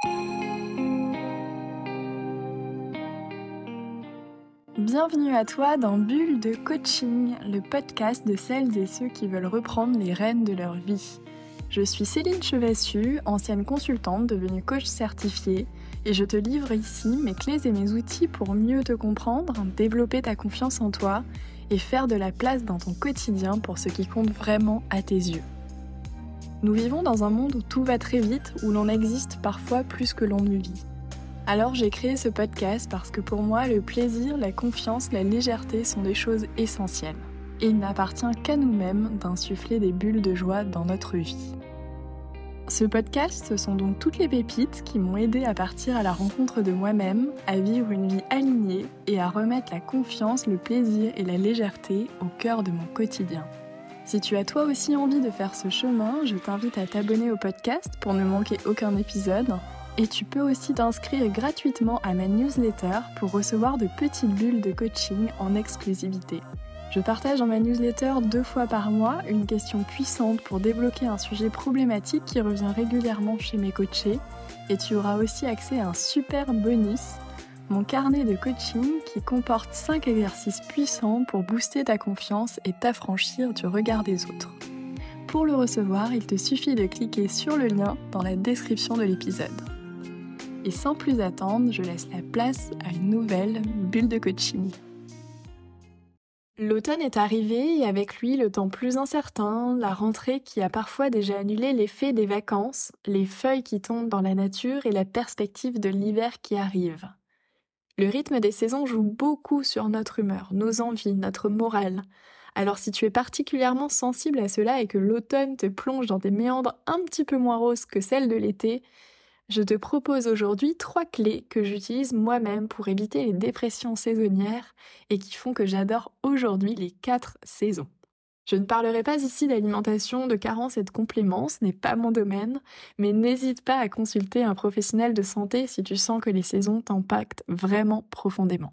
Bienvenue à toi dans Bulle de Coaching, le podcast de celles et ceux qui veulent reprendre les rênes de leur vie. Je suis Céline Chevassus, ancienne consultante devenue coach certifiée, et je te livre ici mes clés et mes outils pour mieux te comprendre, développer ta confiance en toi et faire de la place dans ton quotidien pour ce qui compte vraiment à tes yeux. Nous vivons dans un monde où tout va très vite, où l'on existe parfois plus que l'on ne vit. Alors j'ai créé ce podcast parce que pour moi, le plaisir, la confiance, la légèreté sont des choses essentielles. Et il n'appartient qu'à nous-mêmes d'insuffler des bulles de joie dans notre vie. Ce podcast, ce sont donc toutes les pépites qui m'ont aidé à partir à la rencontre de moi-même, à vivre une vie alignée et à remettre la confiance, le plaisir et la légèreté au cœur de mon quotidien. Si tu as toi aussi envie de faire ce chemin, je t'invite à t'abonner au podcast pour ne manquer aucun épisode. Et tu peux aussi t'inscrire gratuitement à ma newsletter pour recevoir de petites bulles de coaching en exclusivité. Je partage dans ma newsletter 2 fois par mois une question puissante pour débloquer un sujet problématique qui revient régulièrement chez mes coachés. Et tu auras aussi accès à un super bonus, mon carnet de coaching qui comporte 5 exercices puissants pour booster ta confiance et t'affranchir du regard des autres. Pour le recevoir, il te suffit de cliquer sur le lien dans la description de l'épisode. Et sans plus attendre, je laisse la place à une nouvelle bulle de coaching. L'automne est arrivé et avec lui le temps plus incertain, la rentrée qui a parfois déjà annulé l'effet des vacances, les feuilles qui tombent dans la nature et la perspective de l'hiver qui arrive. Le rythme des saisons joue beaucoup sur notre humeur, nos envies, notre morale. Alors si tu es particulièrement sensible à cela et que l'automne te plonge dans des méandres un petit peu moins roses que celles de l'été, je te propose aujourd'hui 3 clés que j'utilise moi-même pour éviter les dépressions saisonnières et qui font que j'adore aujourd'hui les 4 saisons. Je ne parlerai pas ici d'alimentation, de carence et de compléments, ce n'est pas mon domaine, mais n'hésite pas à consulter un professionnel de santé si tu sens que les saisons t'impactent vraiment profondément.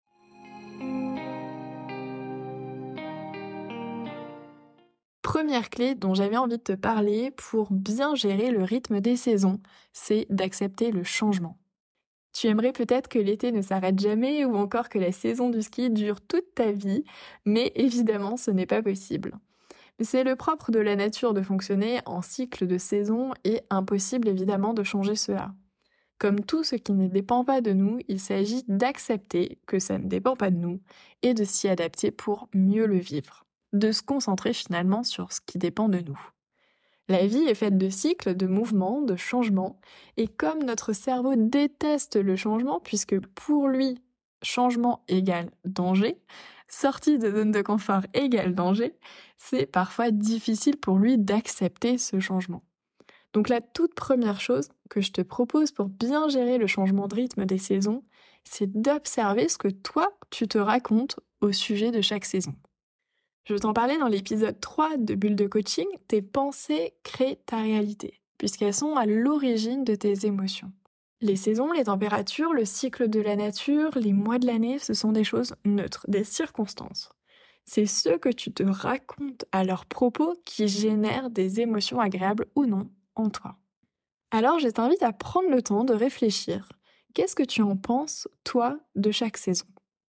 Première clé dont j'avais envie de te parler pour bien gérer le rythme des saisons, c'est d'accepter le changement. Tu aimerais peut-être que l'été ne s'arrête jamais ou encore que la saison du ski dure toute ta vie, mais évidemment ce n'est pas possible. C'est le propre de la nature de fonctionner en cycle de saison et impossible évidemment de changer cela. Comme tout ce qui ne dépend pas de nous, il s'agit d'accepter que ça ne dépend pas de nous et de s'y adapter pour mieux le vivre. De se concentrer finalement sur ce qui dépend de nous. La vie est faite de cycles, de mouvements, de changements, et comme notre cerveau déteste le changement, puisque pour lui, changement égale danger, sortie de zone de confort égale danger, c'est parfois difficile pour lui d'accepter ce changement. Donc la toute première chose que je te propose pour bien gérer le changement de rythme des saisons, c'est d'observer ce que toi, tu te racontes au sujet de chaque saison. Je t'en parlais dans l'épisode 3 de Bulle de Coaching, tes pensées créent ta réalité, puisqu'elles sont à l'origine de tes émotions. Les saisons, les températures, le cycle de la nature, les mois de l'année, ce sont des choses neutres, des circonstances. C'est ce que tu te racontes à leur propos qui génèrent des émotions agréables ou non en toi. Alors je t'invite à prendre le temps de réfléchir. Qu'est-ce que tu en penses, toi, de chaque saison ?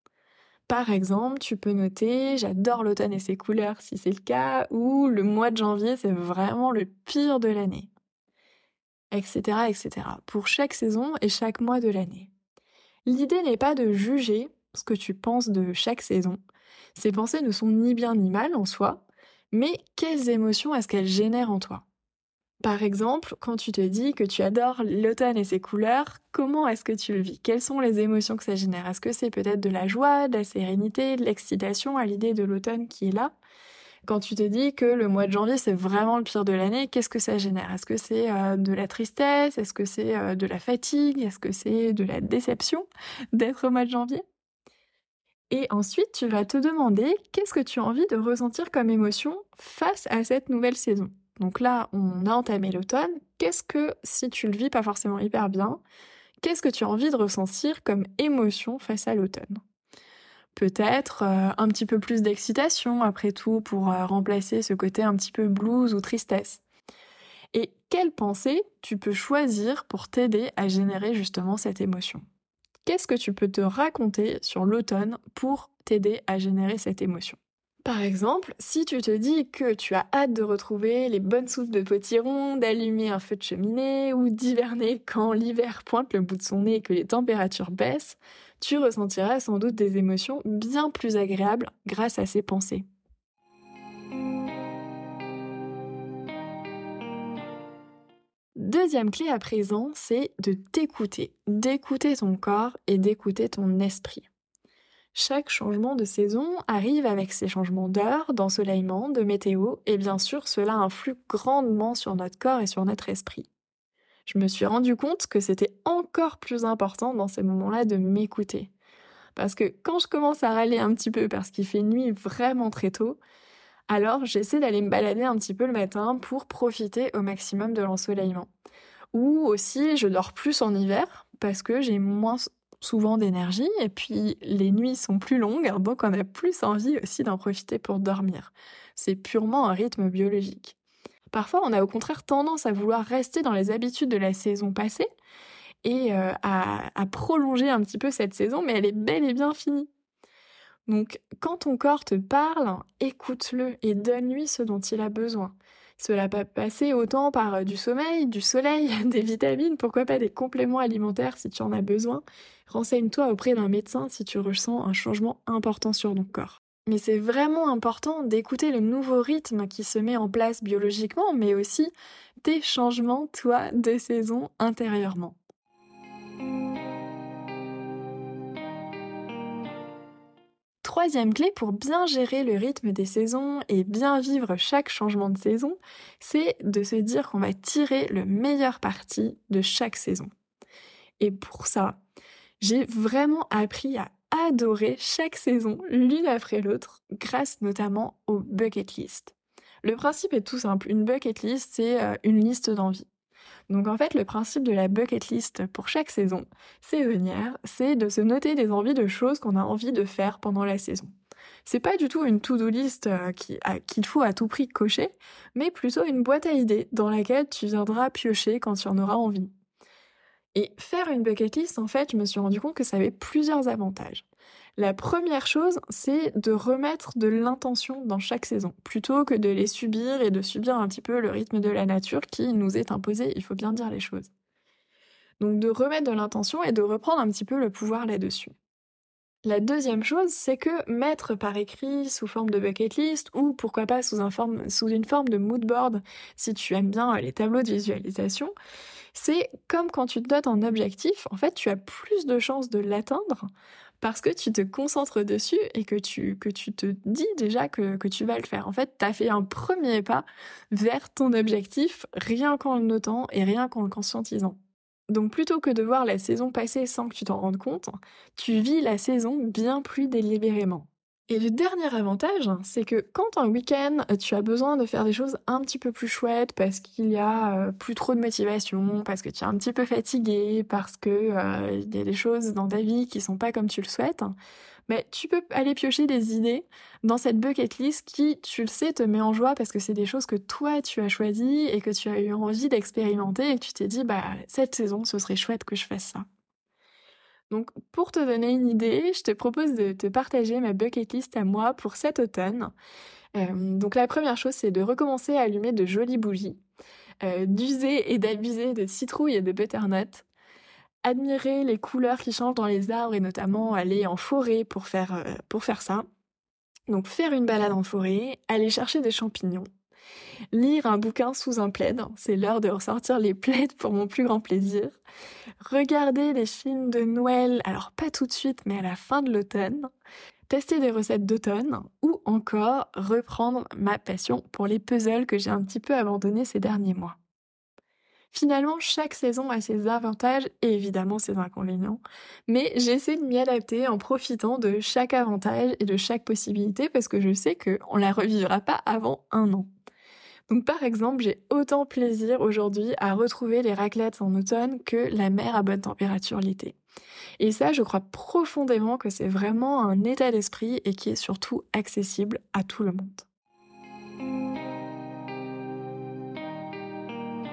Par exemple, tu peux noter « J'adore l'automne et ses couleurs » si c'est le cas, ou « Le mois de janvier, c'est vraiment le pire de l'année », etc., etc. pour chaque saison et chaque mois de l'année. L'idée n'est pas de juger ce que tu penses de chaque saison. Ces pensées ne sont ni bien ni mal en soi, mais quelles émotions est-ce qu'elles génèrent en toi ? Par exemple, quand tu te dis que tu adores l'automne et ses couleurs, comment est-ce que tu le vis ? Quelles sont les émotions que ça génère ? Est-ce que c'est peut-être de la joie, de la sérénité, de l'excitation à l'idée de l'automne qui est là ? Quand tu te dis que le mois de janvier, c'est vraiment le pire de l'année, qu'est-ce que ça génère ? Est-ce que c'est de la tristesse ? Est-ce que c'est de la fatigue ? Est-ce que c'est de la déception d'être au mois de janvier ? Et ensuite, tu vas te demander qu'est-ce que tu as envie de ressentir comme émotion face à cette nouvelle saison ? Donc là, on a entamé l'automne. Qu'est-ce que, si tu le vis pas forcément hyper bien, qu'est-ce que tu as envie de ressentir comme émotion face à l'automne ? Peut-être un petit peu plus d'excitation, après tout, pour remplacer ce côté un petit peu blues ou tristesse. Et quelle pensée tu peux choisir pour t'aider à générer justement cette émotion? Qu'est-ce que tu peux te raconter sur l'automne pour t'aider à générer cette émotion? Par exemple, si tu te dis que tu as hâte de retrouver les bonnes soupes de potiron, d'allumer un feu de cheminée ou d'hiverner quand l'hiver pointe le bout de son nez et que les températures baissent, tu ressentiras sans doute des émotions bien plus agréables grâce à ces pensées. Deuxième clé à présent, c'est de t'écouter, d'écouter ton corps et d'écouter ton esprit. Chaque changement de saison arrive avec ses changements d'heure, d'ensoleillement, de météo, et bien sûr, cela influe grandement sur notre corps et sur notre esprit. Je me suis rendu compte que c'était encore plus important dans ces moments-là de m'écouter. Parce que quand je commence à râler un petit peu parce qu'il fait nuit vraiment très tôt, alors j'essaie d'aller me balader un petit peu le matin pour profiter au maximum de l'ensoleillement. Ou aussi, je dors plus en hiver parce que j'ai moins souvent d'énergie et puis les nuits sont plus longues, donc on a plus envie aussi d'en profiter pour dormir. C'est purement un rythme biologique. Parfois, on a au contraire tendance à vouloir rester dans les habitudes de la saison passée et à prolonger un petit peu cette saison, mais elle est bel et bien finie. Donc, quand ton corps te parle, écoute-le et donne-lui ce dont il a besoin. Cela peut passer autant par du sommeil, du soleil, des vitamines, pourquoi pas des compléments alimentaires si tu en as besoin. Renseigne-toi auprès d'un médecin si tu ressens un changement important sur ton corps. Mais c'est vraiment important d'écouter le nouveau rythme qui se met en place biologiquement, mais aussi tes changements, toi, de saison intérieurement. Troisième clé pour bien gérer le rythme des saisons et bien vivre chaque changement de saison, c'est de se dire qu'on va tirer le meilleur parti de chaque saison. Et pour ça, j'ai vraiment appris à adorer chaque saison l'une après l'autre, grâce notamment au bucket list. Le principe est tout simple, une bucket list, c'est une liste d'envies. Donc en fait, le principe de la bucket list pour chaque saison saisonnière, c'est de se noter des envies de choses qu'on a envie de faire pendant la saison. C'est pas du tout une to-do list qu'il faut à tout prix cocher, mais plutôt une boîte à idées dans laquelle tu viendras piocher quand tu en auras envie. Et faire une bucket list, en fait, je me suis rendu compte que ça avait plusieurs avantages. La première chose, c'est de remettre de l'intention dans chaque saison, plutôt que de les subir et de subir un petit peu le rythme de la nature qui nous est imposé, il faut bien dire les choses. Donc de remettre de l'intention et de reprendre un petit peu le pouvoir là-dessus. La deuxième chose, c'est que mettre par écrit sous forme de bucket list ou pourquoi pas sous une forme de mood board, si tu aimes bien les tableaux de visualisation, c'est comme quand tu te notes un objectif, en fait, tu as plus de chances de l'atteindre parce que tu te concentres dessus et que tu te dis déjà que tu vas le faire. En fait, tu as fait un premier pas vers ton objectif rien qu'en le notant et rien qu'en le conscientisant. Donc plutôt que de voir la saison passer sans que tu t'en rendes compte, tu vis la saison bien plus délibérément. Et le dernier avantage, c'est que quand un week-end, tu as besoin de faire des choses un petit peu plus chouettes parce qu'il y a plus trop de motivation, parce que tu es un petit peu fatigué, parce que il y a des choses dans ta vie qui sont pas comme tu le souhaites, mais tu peux aller piocher des idées dans cette bucket list qui, tu le sais, te met en joie parce que c'est des choses que toi tu as choisies et que tu as eu envie d'expérimenter et que tu t'es dit, bah, cette saison, ce serait chouette que je fasse ça. Donc, pour te donner une idée, je te propose de te partager ma bucket list à moi pour cet automne. Donc, la première chose, c'est de recommencer à allumer de jolies bougies, d'user et d'abuser de citrouille et de butternut, admirer les couleurs qui changent dans les arbres et notamment aller en forêt pour faire ça. Donc, faire une balade en forêt, aller chercher des champignons, lire un bouquin sous un plaid, c'est l'heure de ressortir les plaids pour mon plus grand plaisir. Regarder des films de Noël, alors pas tout de suite, mais à la fin de l'automne. Tester des recettes d'automne ou encore reprendre ma passion pour les puzzles que j'ai un petit peu abandonné ces derniers mois. Finalement, chaque saison a ses avantages et évidemment ses inconvénients, mais j'essaie de m'y adapter en profitant de chaque avantage et de chaque possibilité parce que je sais qu'on la revivra pas avant un an. Donc par exemple, j'ai autant plaisir aujourd'hui à retrouver les raclettes en automne que la mer à bonne température l'été. Et ça, je crois profondément que c'est vraiment un état d'esprit et qui est surtout accessible à tout le monde.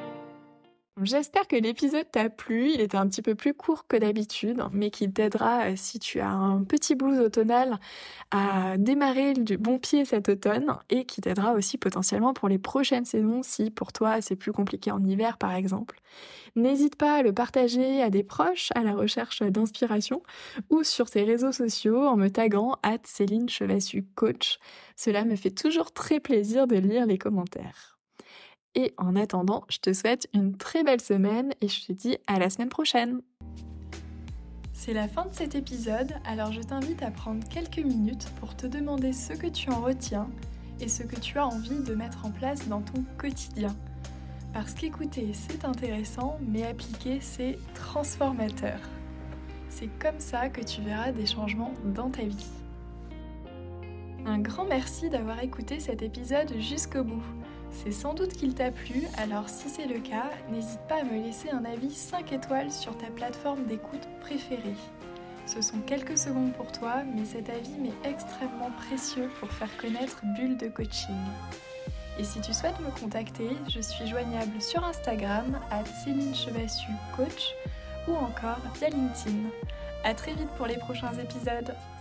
J'espère que l'épisode t'a plu, il était un petit peu plus court que d'habitude, mais qui t'aidera si tu as un petit blues automnal à démarrer du bon pied cet automne et qui t'aidera aussi potentiellement pour les prochaines saisons si pour toi c'est plus compliqué en hiver par exemple. N'hésite pas à le partager à des proches à la recherche d'inspiration ou sur tes réseaux sociaux en me taguant @CélineChevassus-coach. Cela me fait toujours très plaisir de lire les commentaires. Et en attendant, je te souhaite une très belle semaine et je te dis à la semaine prochaine. C'est la fin de cet épisode, alors je t'invite à prendre quelques minutes pour te demander ce que tu en retiens et ce que tu as envie de mettre en place dans ton quotidien. Parce qu'écouter, c'est intéressant, mais appliquer, c'est transformateur. C'est comme ça que tu verras des changements dans ta vie. Un grand merci d'avoir écouté cet épisode jusqu'au bout. C'est sans doute qu'il t'a plu, alors si c'est le cas, n'hésite pas à me laisser un avis 5 étoiles sur ta plateforme d'écoute préférée. Ce sont quelques secondes pour toi, mais cet avis m'est extrêmement précieux pour faire connaître Bulle de Coaching. Et si tu souhaites me contacter, je suis joignable sur Instagram @CélineChevassus-coach ou encore via LinkedIn. À très vite pour les prochains épisodes.